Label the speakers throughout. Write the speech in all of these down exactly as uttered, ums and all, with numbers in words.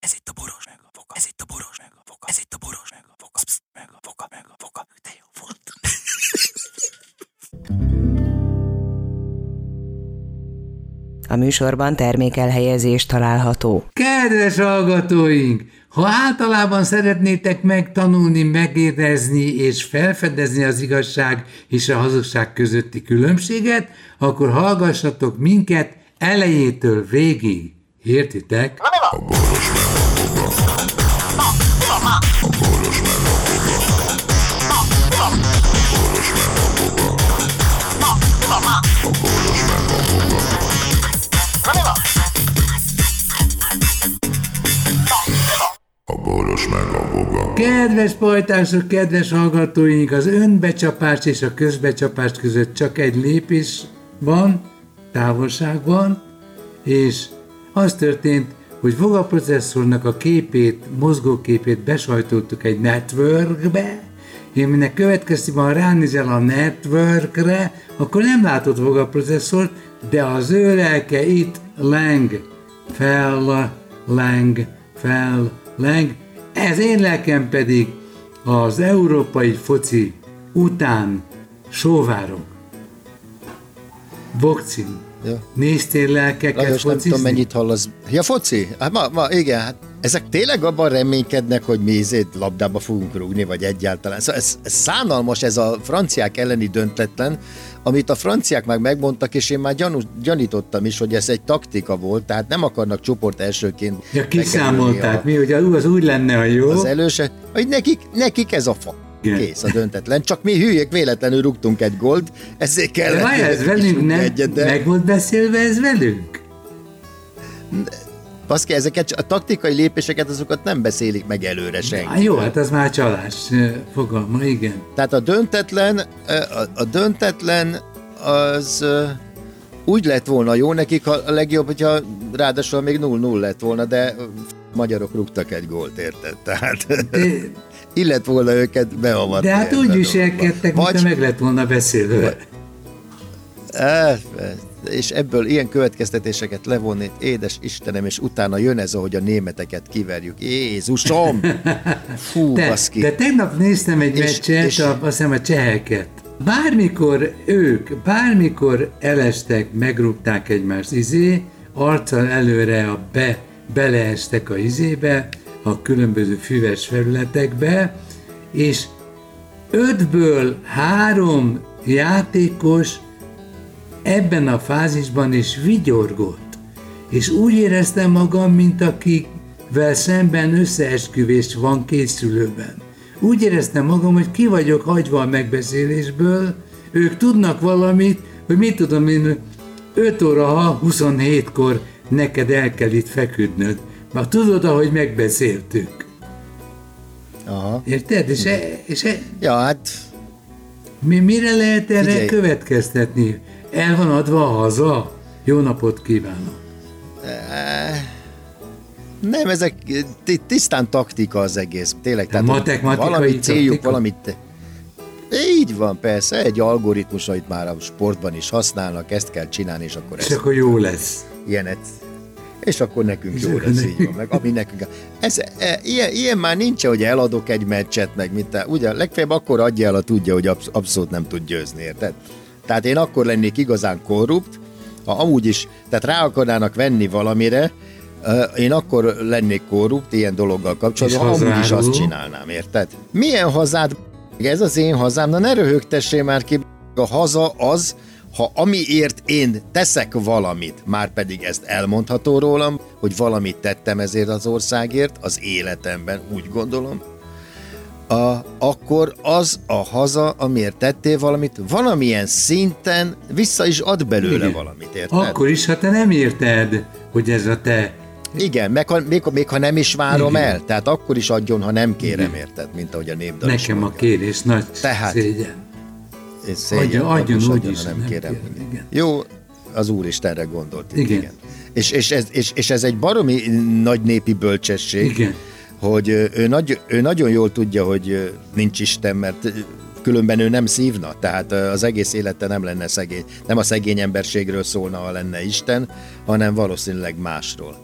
Speaker 1: Ez itt a boros meg a foka. Ez itt a boros meg a foka. Ez itt a boros meg a foka. Psz, meg a foka, meg a foka. De jó volt.
Speaker 2: A műsorban termékelhelyezés található.
Speaker 3: Kedves hallgatóink! Ha általában szeretnétek megtanulni, megérezni és felfedezni az igazság és a hazugság közötti különbséget, akkor hallgassatok minket elejétől végig. Értitek?
Speaker 4: A boros meg a foga. A boros meg a foga. A boros meg a foga. A boros meg a foga. A boros meg a foga.
Speaker 3: Kedves pajtások, kedves hallgatóink, az önbecsapás és a közbecsapás között csak egy lépés van, távolság van, és az történt, hogy fogaprocesszornak a képét, mozgóképét besajtoltuk egy networkbe, és aminek következtében, ha ránézel a networkre, akkor nem látod fogaprocesszort, de az ő lelke itt leng, fel, leng, fel, leng. Ez én lelkem pedig az európai foci után sóvárok. Bokcin.
Speaker 5: Ja.
Speaker 3: Néztél lelkeket
Speaker 5: Lajos, nem
Speaker 3: focizni?
Speaker 5: tudom, mennyit hallasz. Ja, foci? Hát ma, ma igen, hát ezek tényleg abban reménykednek, hogy mi ezért labdába fogunk rúgni, vagy egyáltalán. Szóval ez, ez szánalmas, ez a franciák elleni döntetlen, amit a franciák már megmondtak, és én már gyanú, gyanítottam is, hogy ez egy taktika volt, tehát nem akarnak csoport elsőként.
Speaker 3: Ja, kiszámolták, mi, hogy az úgy lenne, ha jó.
Speaker 5: Az előse, hogy nekik, nekik ez a fa.
Speaker 3: Igen.
Speaker 5: Kész a döntetlen. Csak mi hülyék véletlenül rúgtunk egy gólt, ezért
Speaker 3: De
Speaker 5: kellett.
Speaker 3: várjál, ez velünk nem,
Speaker 5: egyet, de...
Speaker 3: meg volt beszélve ez velünk?
Speaker 5: Baszki, ezeket a taktikai lépéseket, azokat nem beszélik meg előre senki.
Speaker 3: Há, jó, hát az már csalás fogalma, igen.
Speaker 5: Tehát a döntetlen, a, a döntetlen az úgy lett volna jó nekik, ha a legjobb, hogyha ráadásul még null null lett volna, de magyarok rúgtak egy gólt, érted? Tehát
Speaker 3: De,
Speaker 5: illet volna őket beavatni.
Speaker 3: de hát úgy viselkedtek,
Speaker 5: Vagy...
Speaker 3: mintha meg lett volna beszélve.
Speaker 5: Eh, és ebből ilyen következtetéseket levonni, édes Istenem, és utána jön ez, ahogy a németeket kiverjük. Jézusom! Fú,
Speaker 3: de,
Speaker 5: baszki.
Speaker 3: de tegnap néztem egy
Speaker 5: És-
Speaker 3: meccset,
Speaker 5: és-
Speaker 3: a, azt hiszem a cseheket. Bármikor ők, bármikor elestek, megrúgták egymást izé, arccal előre a be, beleestek a izébe, a különböző füves felületekbe, és ötből három játékos ebben a fázisban is vigyorgott, és úgy éreztem magam, mint akikvel szemben összeesküvés van készülőben. Úgy éreztem magam, hogy ki vagyok hagyva a megbeszélésből, ők tudnak valamit, hogy mit tudom én, öt óra huszonhétkor neked el kell itt feküdnöd. Már tudod, ahogy megbeszéltük.
Speaker 5: Aha.
Speaker 3: Érted? És, e, és e,
Speaker 5: Ja, hát
Speaker 3: mi, mire lehet erre
Speaker 5: Figyelj.
Speaker 3: következtetni? El van adva haza? Jó napot kívánok!
Speaker 5: nem, ezek ti- tisztán taktika az egész. Tényleg, tehát
Speaker 3: matematikai
Speaker 5: valami céljuk,
Speaker 3: taktika?
Speaker 5: valamit... Így van, persze, egy algoritmus, amit már a sportban is használnak, ezt kell csinálni, és akkor
Speaker 3: És
Speaker 5: ez
Speaker 3: akkor jó lesz.
Speaker 5: ilyenet. És akkor nekünk
Speaker 3: És
Speaker 5: jó
Speaker 3: akkor
Speaker 5: lesz,
Speaker 3: nekünk.
Speaker 5: így van, meg ami nekünk. Ez, e, ilyen, ilyen már nincs, hogy eladok egy meccset, meg mit te, ugye, legfeljebb akkor adja el, ha tudja, hogy absz- abszolút nem tud győzni, érted? Tehát én akkor lennék igazán korrupt, ha amúgy is, tehát rá akarnának venni valamire, én akkor lennék korrupt ilyen dologgal kapcsolatban, ha amúgy is azt csinálnám, érted? Milyen hazád? Ez az én hazám, na ne röhögtessél már ki, a haza az, ha amiért én teszek valamit, már pedig ezt elmondható rólam, hogy valamit tettem ezért az országért, az életemben, úgy gondolom, a, akkor az a haza, amiért tettél valamit, valamilyen szinten vissza is ad belőle
Speaker 3: Igen.
Speaker 5: valamit, érted?
Speaker 3: Akkor is, ha te nem érted, hogy ez a te...
Speaker 5: Igen, meg ha, még, még ha nem is várom
Speaker 3: Igen.
Speaker 5: el, tehát akkor is adjon, ha nem kérem,
Speaker 3: Igen.
Speaker 5: érted, mint ahogy a népdal is
Speaker 3: Nekem a
Speaker 5: mondja.
Speaker 3: kérés nagy
Speaker 5: Tehát.
Speaker 3: szégyen.
Speaker 5: És szégyen,
Speaker 3: Adjon-
Speaker 5: akkor
Speaker 3: adjon
Speaker 5: is
Speaker 3: úgy
Speaker 5: adjon,
Speaker 3: is,
Speaker 5: ha nem
Speaker 3: nem
Speaker 5: kérem.
Speaker 3: kérem, igen.
Speaker 5: Jó, az Úristenre gondolt. itt,
Speaker 3: Igen.
Speaker 5: igen. És, és, ez, és, és ez egy baromi nagy népi bölcsesség,
Speaker 3: Igen.
Speaker 5: hogy ö, ő, nagy, ő nagyon jól tudja, hogy ö, nincs Isten, mert ö, különben ő nem szívna, tehát ö, az egész élete nem lenne szegény, nem a szegény emberségről szólna, ha lenne Isten, hanem valószínűleg másról.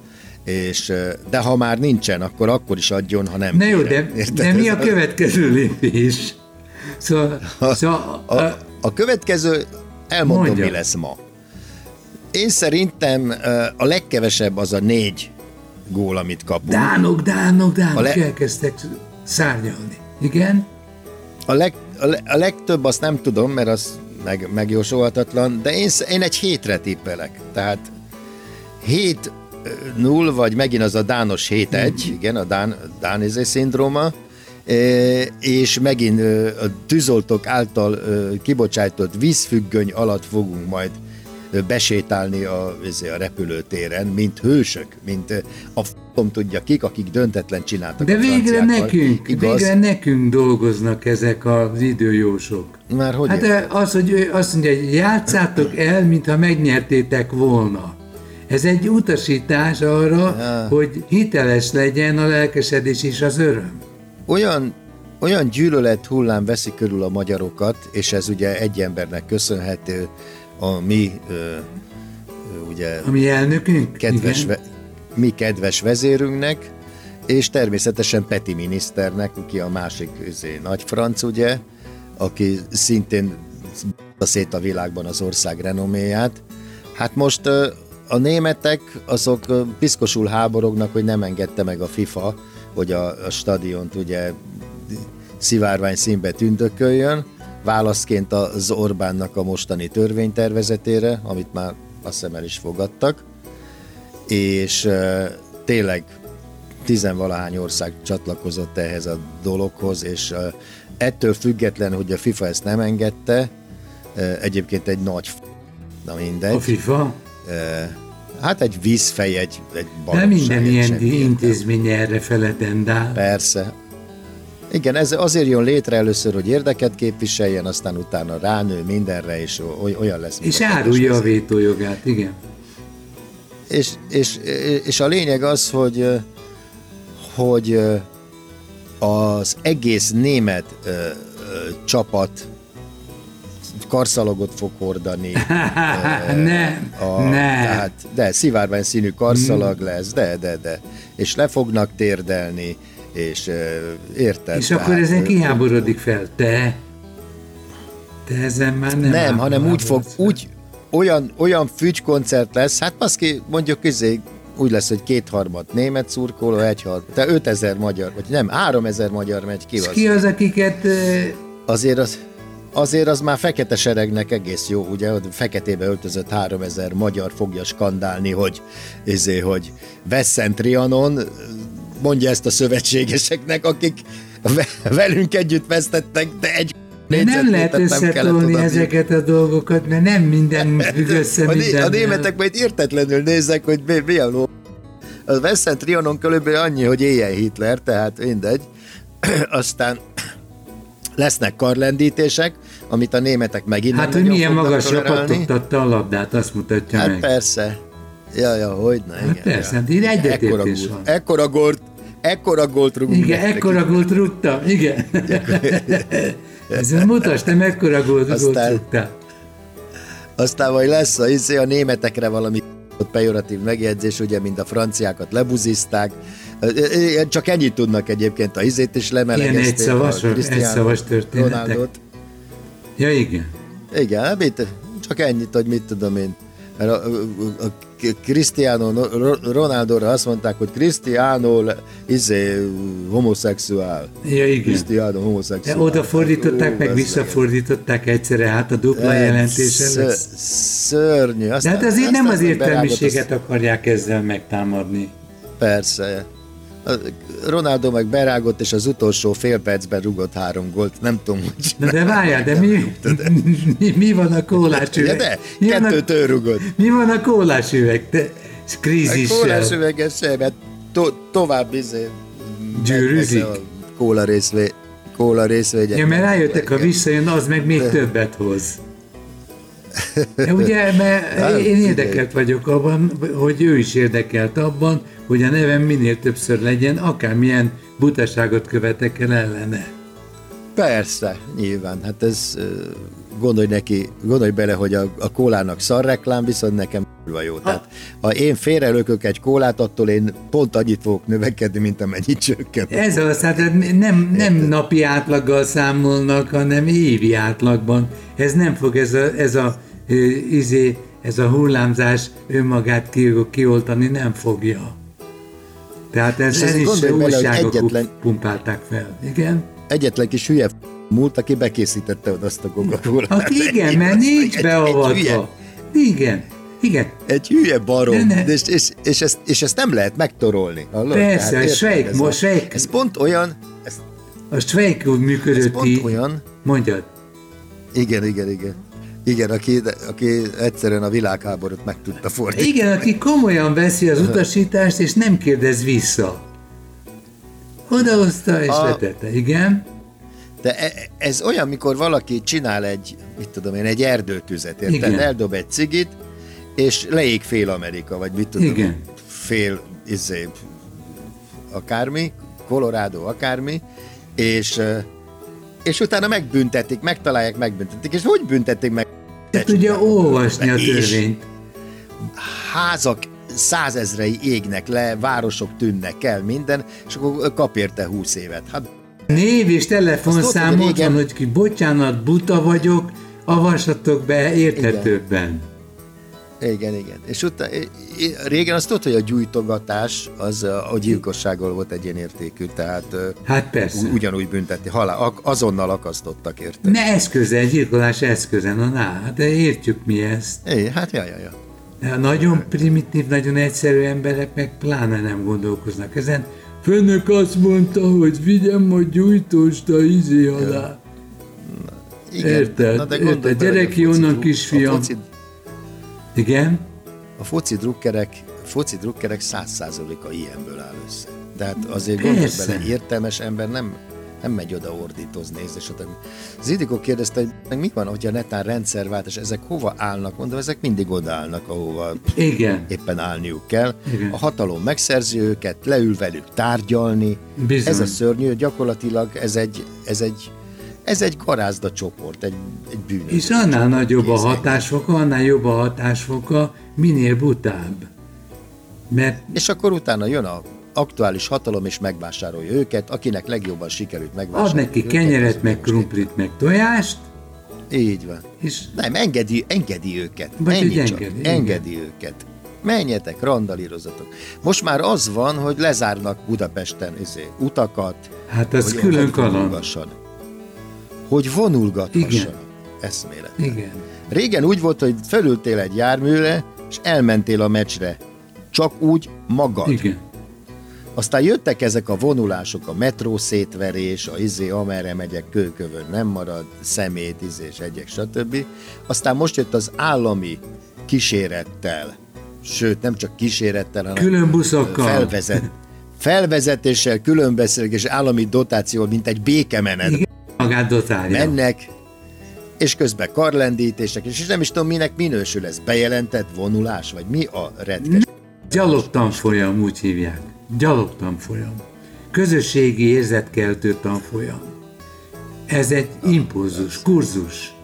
Speaker 5: És, de ha már nincsen, akkor akkor is adjon, ha nem.
Speaker 3: Na jó,
Speaker 5: kérem.
Speaker 3: de, de mi a következő lépés? Szóval,
Speaker 5: A,
Speaker 3: szóval
Speaker 5: a, a következő, elmondom,
Speaker 3: Mondja.
Speaker 5: mi lesz ma. Én szerintem a legkevesebb az a négy gól, amit kapunk.
Speaker 3: dánok, dánok, dánok
Speaker 5: A le-
Speaker 3: elkezdtek szárnyalni. Igen?
Speaker 5: A, leg, a, le, a legtöbb azt nem tudom, mert az meg, megjósolhatatlan, de én, sz- én egy hétre tippelek. Tehát hét null, vagy megint az a dános hét egy, igen, a dán, dánizé szindróma, e, és megint e, a tűzoltók által e, kibocsájtott vízfüggöny alatt fogunk majd e, besétálni a, a repülőtéren, mint hősök, mint e, a f***om tudja kik, akik döntetlen csináltak
Speaker 3: De
Speaker 5: a
Speaker 3: végre
Speaker 5: franciákkal.
Speaker 3: nekünk,
Speaker 5: Igaz?
Speaker 3: végre nekünk dolgoznak ezek az időjósok.
Speaker 5: Már hogy
Speaker 3: Hát
Speaker 5: érted?
Speaker 3: az, hogy ő azt mondja, hogy játszátok el, mintha megnyertétek volna. Ez egy utasítás arra,
Speaker 5: Ja.
Speaker 3: hogy hiteles legyen a lelkesedés és az öröm.
Speaker 5: Olyan, olyan gyűlölet hullám veszi körül a magyarokat, és ez ugye egy embernek köszönhető, a mi ö, ö, ugye
Speaker 3: A mi elnökünk?
Speaker 5: kedves,
Speaker 3: Igen.
Speaker 5: ve, mi kedves vezérünknek, és természetesen Peti miniszternek, aki a másik üzé, nagy franc, ugye, aki szintén b***a szét a világban az ország renoméját. Hát most ö, a németek azok ö, piszkosul háborognak, hogy nem engedte meg a FIFA, hogy a, a stadiont ugye szivárvány színbe tündököljön, válaszként az Orbánnak a mostani törvénytervezetére, amit már azt hiszem el is fogadtak, és uh, tényleg tizenvalahány ország csatlakozott ehhez a dologhoz, és uh, ettől független, hogy a FIFA ezt nem engedte, uh, egyébként egy nagy f***, na mindegy.
Speaker 3: A FIFA?
Speaker 5: Uh, hát egy vízfej, egy, egy
Speaker 3: De
Speaker 5: baromság,
Speaker 3: minden
Speaker 5: egy
Speaker 3: ilyen
Speaker 5: semmi értelme.
Speaker 3: intézmény erre fele tendál.
Speaker 5: Persze. Igen, ez azért jön létre először, hogy érdeket képviseljen, aztán utána ránő mindenre, és oly- olyan lesz. mint
Speaker 3: És
Speaker 5: a
Speaker 3: árulja a
Speaker 5: kedves vezér.
Speaker 3: vétójogát, igen.
Speaker 5: És, és, és a lényeg az, hogy, hogy az egész német ö, ö, csapat karszalagot fog hordani.
Speaker 3: nem,
Speaker 5: A,
Speaker 3: nem.
Speaker 5: Tehát, de szivárvány színű karszalag lesz, de, de, de. És le fognak térdelni, és ö, érted?
Speaker 3: És akkor
Speaker 5: Tehát,
Speaker 3: ezen
Speaker 5: ö,
Speaker 3: kiháborodik fel. Te? Te ezen már nem
Speaker 5: Nem, hanem úgy fog,
Speaker 3: háborodsz fel.
Speaker 5: úgy, olyan, olyan fügykoncert lesz, hát baszki, mondjuk közé, úgy lesz, hogy kétharmad német szurkoló, egyharmad, te ötezer magyar, vagy nem, háromezer magyar megy ki.
Speaker 3: És
Speaker 5: Az.
Speaker 3: ki az, akiket... ö,
Speaker 5: Azért az, azért az már fekete seregnek egész jó, ugye, hogy feketébe öltözött háromezer magyar fogja skandálni, hogy, izé, hogy Veszent Trianon, mondja ezt a szövetségeseknek, akik ve- velünk együtt vesztettek, de egy
Speaker 3: De nem lehet
Speaker 5: négyzetmétert nem kellett
Speaker 3: összetolni
Speaker 5: odaadni.
Speaker 3: ezeket a dolgokat, mert nem minden függ össze
Speaker 5: A, né- a
Speaker 3: mindennel.
Speaker 5: németek majd értetlenül néznek, hogy mi, mi a ló. A Veszent Trianon körülbelül annyi, hogy éljen Hitler, tehát mindegy. Aztán lesznek karlendítések, amit a németek megint
Speaker 3: Hát,
Speaker 5: nem
Speaker 3: hogy
Speaker 5: nagyon
Speaker 3: milyen
Speaker 5: fognak
Speaker 3: magasra
Speaker 5: tolerálni.
Speaker 3: pattogtatta a labdát, azt mutatja
Speaker 5: Hát
Speaker 3: meg.
Speaker 5: persze. Ja, ja, hogyne, igen.
Speaker 3: Hát persze,
Speaker 5: ja.
Speaker 3: hát így egyetértés
Speaker 5: Ekkora gól-
Speaker 3: van.
Speaker 5: Ekkora gólt, ekkora gólt rúgunk
Speaker 3: Igen,
Speaker 5: nektek.
Speaker 3: ekkora gólt rúgtam, igen. Ezen mutasd, te mekkora gólt, gólt
Speaker 5: Aztán-
Speaker 3: rúgtál.
Speaker 5: Aztán majd lesz a, izé a németekre valami pejoratív megjegyzés, ugye, mint a franciákat lebuzizták. Csak ennyit tudnak egyébként, a izét is
Speaker 3: Ilyen
Speaker 5: lemelegezték.
Speaker 3: egyszavas,
Speaker 5: a Cristiano
Speaker 3: egyszavas történetek.
Speaker 5: Ronaldot.
Speaker 3: Ja, igen.
Speaker 5: Igen, mit, csak ennyit, hogy mit tudom én. Mert a, a, a Cristiano Ronaldóra azt mondták, hogy Cristiano izé homoszexuál.
Speaker 3: Ja, igen.
Speaker 5: Cristiano
Speaker 3: De
Speaker 5: homoszexuál.
Speaker 3: oda fordították,
Speaker 5: Ó,
Speaker 3: meg
Speaker 5: ez
Speaker 3: visszafordították egyszerre, hát a dupla
Speaker 5: meg-
Speaker 3: jelentése
Speaker 5: Ször-
Speaker 3: lesz.
Speaker 5: Szörnyű.
Speaker 3: De
Speaker 5: Aztán,
Speaker 3: hát azért nem az
Speaker 5: aztán
Speaker 3: értelmiséget
Speaker 5: berágott
Speaker 3: akarják ezzel megtámadni.
Speaker 5: az- Persze. A Ronaldo meg berágott, és az utolsó fél percben rúgott három gólt. Nem tudom, hogy
Speaker 3: Na de várjál, de mi, mi, mi van a kólás
Speaker 5: ja,
Speaker 3: üveg?
Speaker 5: de,
Speaker 3: Mi van a,
Speaker 5: kettőt ő rúgott.
Speaker 3: mi van a kólás üveg? Te,
Speaker 5: A
Speaker 3: krízissel.
Speaker 5: kólás üveges sem, mert to- tovább izé,
Speaker 3: Gyűrűzik?
Speaker 5: meg- meg a Kóla részvé, kóla részvények.
Speaker 3: Ja, mert rájöttek, ha visszajön, az meg még többet hoz. De ugye, mert
Speaker 5: Hát,
Speaker 3: én
Speaker 5: figyelj.
Speaker 3: érdekelt vagyok abban, hogy ő is érdekelt abban, hogy a nevem minél többször legyen, akármilyen butaságot követek el ellene.
Speaker 5: Persze, nyilván. Hát ez, ö, gondolj neki, gondolj bele, hogy a, a kólának szar reklám, viszont nekem jó. Tehát, ha én félrelökök egy kólát, attól én pont annyit fogok növekedni, mint amennyit csökken.
Speaker 3: Ez az, hát nem, nem napi átlaggal számolnak, hanem évi átlagban. Ez nem fog ez a, ez a, izé, ez a hullámzás önmagát ki, kioltani, nem fogja. Tehát ez, ez is újságok egyetlen... pumpálták fel. Igen?
Speaker 5: Egyetlen kis hülye múlt, aki bekészítette oda azt a Coca-Colát.
Speaker 3: Hát igen, mert nincs beavatva. Igen. Igen.
Speaker 5: Egy hülye barom, és, és, és, ezt, és ezt nem lehet megtorolni. Hallod?
Speaker 3: Persze, a Schweik, ez, a, Schweik,
Speaker 5: ez pont olyan... Ez,
Speaker 3: a Schweik úgy működött
Speaker 5: ez pont így. Olyan...
Speaker 3: Mondjad.
Speaker 5: Igen, igen, igen. Igen, aki, aki egyszerűen a világháborút meg tudta fordítani.
Speaker 3: Igen, aki komolyan veszi az utasítást, és nem kérdez vissza. Odahozta és a... letette, igen.
Speaker 5: De ez olyan, mikor valaki csinál egy, mit tudom én, egy erdőtüzet, érted? Eldob egy cigit, és leég fél Amerika, vagy mit tudom, igen. fél, izé, akármi, Colorado, akármi, és, és utána megbüntetik, megtalálják, megbüntetik, és hogy büntetik meg?
Speaker 3: Te tudja olvasni a törvényt.
Speaker 5: Házak százezrei égnek le, városok tűnnek el, minden, és akkor kap érte húsz évet. Hát,
Speaker 3: név és telefonszámot van, hogy ki, bocsánat, buta vagyok, avassatok be érthetőbben.
Speaker 5: Igen, igen. igen. És utána, régen azt tudod, hogy a gyújtogatás az a gyilkossággal volt egyenértékű, tehát
Speaker 3: hát persze.
Speaker 5: Ugyanúgy bünteti, halál, azonnal akasztottak érte.
Speaker 3: Ne eszköze, egy gyilkolás eszköze, na, na, de értjük mi ezt.
Speaker 5: É, hát ja, ja, ja.
Speaker 3: De nagyon primitív, nagyon egyszerű emberek meg pláne nem gondolkoznak ezen. Főnök azt mondta, hogy vigyem majd gyújtóst a izé alá.
Speaker 5: Igen.
Speaker 3: Érted?
Speaker 5: Na, de
Speaker 3: Érted? Gyere ki onnan, kisfiam. Foci... Igen?
Speaker 5: A foci drukkerek, foci drukkerek száz százaléka ilyenből áll össze. Tehát azért gondolj bele, értelmes ember nem, nem megy oda ordítozni. És az Ildikó kérdezte, hogy meg mi van, hogyha netán rendszerváltás, ezek hova állnak? Mondom, ezek mindig odaállnak, ahova
Speaker 3: igen.
Speaker 5: éppen állniuk kell.
Speaker 3: Igen.
Speaker 5: A hatalom megszerzi őket, leül velük tárgyalni.
Speaker 3: Bizony.
Speaker 5: Ez a szörnyű, gyakorlatilag ez egy, ez egy Ez egy garázda csoport, egy, egy bűnöző.
Speaker 3: És annál nagyobb a hatásfoka, annál jobb a hatásfoka, minél butább. Mert...
Speaker 5: És akkor utána jön az aktuális hatalom, és megvásárolja őket, akinek legjobban sikerült megvásárolni.
Speaker 3: Ad neki kenyeret, meg krumplit, meg tojást.
Speaker 5: Így van.
Speaker 3: És...
Speaker 5: Nem, engedi, engedi őket.
Speaker 3: Vagy
Speaker 5: Ennyi
Speaker 3: engedi,
Speaker 5: csak.
Speaker 3: engedi,
Speaker 5: engedi őket. Menjetek, randalírozatok. Most már az van, hogy lezárnak Budapesten izé, utakat.
Speaker 3: Hát ez külön kaland.
Speaker 5: Hogy vonulgathassanak eszmélet.
Speaker 3: Igen.
Speaker 5: Régen úgy volt, hogy felültél egy járműre, és elmentél a meccsre. Csak úgy magad.
Speaker 3: Igen.
Speaker 5: Aztán jöttek ezek a vonulások, a metró szétverés, a izé, amerre megyek, kőkövön nem marad, szemét, izé, és egyek, stb. Aztán most jött az állami kísérettel, sőt, nem csak kísérettel, hanem
Speaker 3: külön buszokkal.
Speaker 5: Felvezet, felvezetéssel, különbeszélgetés, állami dotációval, mint egy békemenet.
Speaker 3: Igen. Magát dotálja.
Speaker 5: Mennek, és közben karlendítések, és nem is tudom, minek minősül ez. Bejelentett vonulás, vagy mi a retkes?
Speaker 3: Gyalogtanfolyam, úgy hívják. Gyalogtanfolyam. Közösségi érzetkeltő tanfolyam. Ez egy impulzus, kurzus.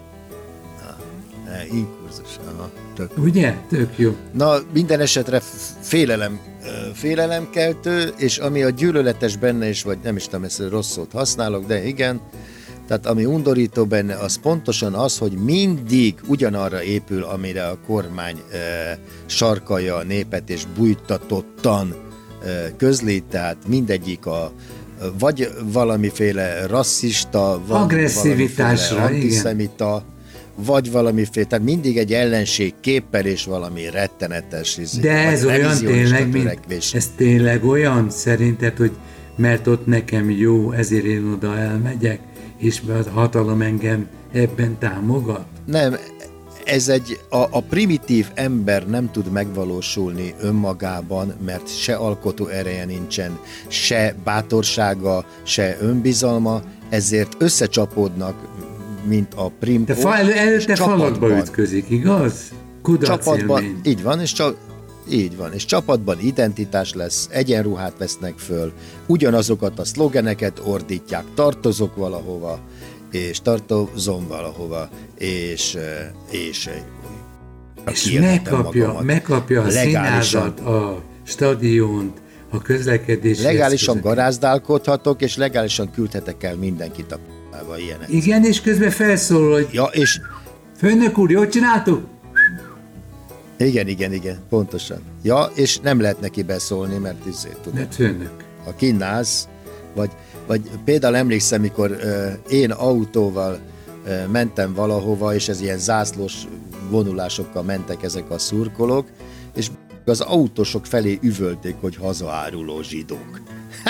Speaker 5: Ah, impulzus, aha. Tök.
Speaker 3: Ugye? Tök jó.
Speaker 5: Na, minden esetre félelem, félelemkeltő, és ami a gyűlöletes benne is, vagy nem is tudom, ezt rossz szót használok, de igen, tehát ami undorító benne, az pontosan az, hogy mindig ugyanarra épül, amire a kormány e, sarkalja a népet, és bújtatottan e, közli, tehát mindegyik a vagy valamiféle rasszista, vagy
Speaker 3: agresszivitásra,
Speaker 5: antiszemita, igen. Vagy valamiféle, tehát mindig egy ellenség képpel és valami rettenetes izé,
Speaker 3: de ez olyan tényleg, mint, ez tényleg olyan szerinted, hogy mert ott nekem jó, ezért én oda elmegyek, és a hatalom engem ebben támogat?
Speaker 5: Nem, ez egy, a, a primitív ember nem tud megvalósulni önmagában, mert se alkotó ereje nincsen, se bátorsága, se önbizalma, ezért összecsapódnak, mint a prim.
Speaker 3: De fa, előtte falatba ütközik, igaz?
Speaker 5: Csapatban, így van, és csa, így van, és csapatban identitás lesz, egyenruhát vesznek föl, ugyanazokat a szlogeneket ordítják, tartozok valahova, és tartozom valahova, és, és
Speaker 3: És megkapja, megkapja a színházat, a stadiont, a közlekedési
Speaker 5: legálisan
Speaker 3: eszközöket.
Speaker 5: garázdálkodhatok, és legálisan küldhetek el mindenkit a p***ba, ilyenek.
Speaker 3: Igen, és közben felszólal, hogy
Speaker 5: Ja, és
Speaker 3: főnök úr, jól csináltuk?
Speaker 5: igen, igen, igen, pontosan. Ja, és nem lehet neki beszólni, mert izé, tudod,
Speaker 3: De főnök.
Speaker 5: ha kínálsz, vagy, vagy például emlékszem, mikor ö, én autóval ö, mentem valahova, és ez ilyen zászlós vonulásokkal mentek ezek a szurkolók, és az autósok felé üvölték, hogy hazaáruló zsidók.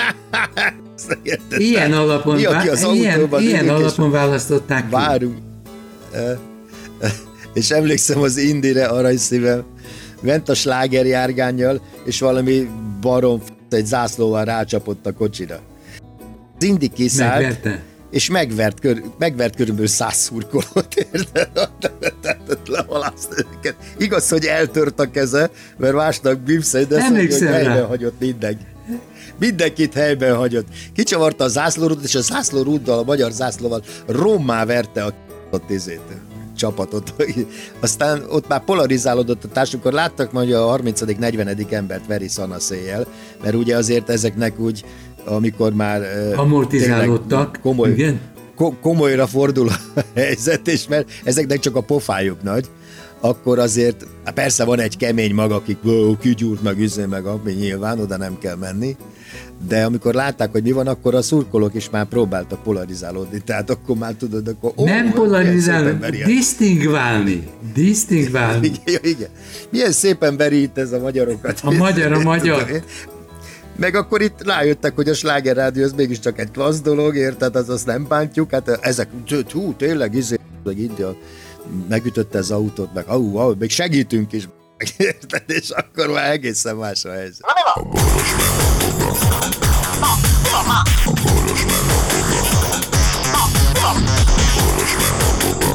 Speaker 3: Ilyen alapon,
Speaker 5: Mi, aki az
Speaker 3: ilyen,
Speaker 5: autóban
Speaker 3: ilyen
Speaker 5: ülünk, és
Speaker 3: alapon választották ki.
Speaker 5: Várunk. Ö, ö, És emlékszem az Indire, aranyszívem, ment a slágerjárgánnyal, és valami barom f- egy zászlóval rácsapott a kocsira. Az Indi kiszállt,
Speaker 3: Megverte?
Speaker 5: és megvert, kör, megvert körülbelül száz szurkolót, érted? Tehát lehalázta őket. Igaz, hogy eltört a keze, mert másnak bimszei, de azt mondja, hogy helyben
Speaker 3: rá.
Speaker 5: hagyott mindenki. Mindenkit helyben hagyott. Kicsavarta a zászlórút, és a zászlórúddal, a magyar zászlóval rommá verte a k***ot csapatot. Aztán ott már polarizálódott a társadalom, akkor láttak majd, hogy a harmincadik negyvenedik embert veri szanaszéjjel, mert ugye azért ezeknek úgy, amikor már
Speaker 3: amortizálódtak,
Speaker 5: komoly,
Speaker 3: igen.
Speaker 5: ko- komolyra fordul a helyzet, és mert ezeknek csak a pofájuk nagy, akkor azért, hát persze van egy kemény mag, akik kigyúrt meg, üzé meg, ami nyilván, oda nem kell menni, de amikor látták, hogy mi van, akkor a szurkolók is már próbáltak polarizálódni, tehát akkor már tudod, akkor... Ó,
Speaker 3: Nem polarizálni, disztingválni. Disztingválni.
Speaker 5: Igen, igen. Milyen szépen verít ez a magyarokat.
Speaker 3: A magyar, a magyar.
Speaker 5: Meg akkor itt rájöttek, hogy a slágerrádió az mégiscsak egy klassz dolog, érted, az azt nem bántjuk, hát ezek, hú, tényleg, izé, meg India megütötte az autót, meg hú, hú, még segítünk is, érted, és akkor már egészen más a helyzet.
Speaker 4: A boros meg a boga. A boros meg a boga. A boros meg a boga.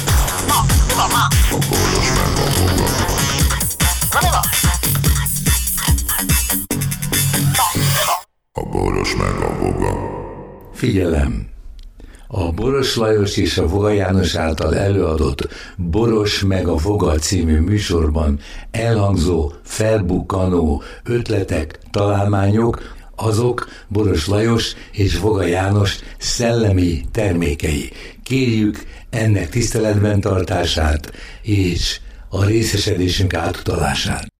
Speaker 4: A boros meg a boga. A boros meg a boga.
Speaker 6: Figyelem! A Boros Lajos és a Voga János által előadott Boros meg a Voga című műsorban elhangzó, felbukkanó ötletek, találmányok, azok Boros Lajos és Voga János szellemi termékei. Kérjük ennek tiszteletben tartását és a részesedésünk átutalását.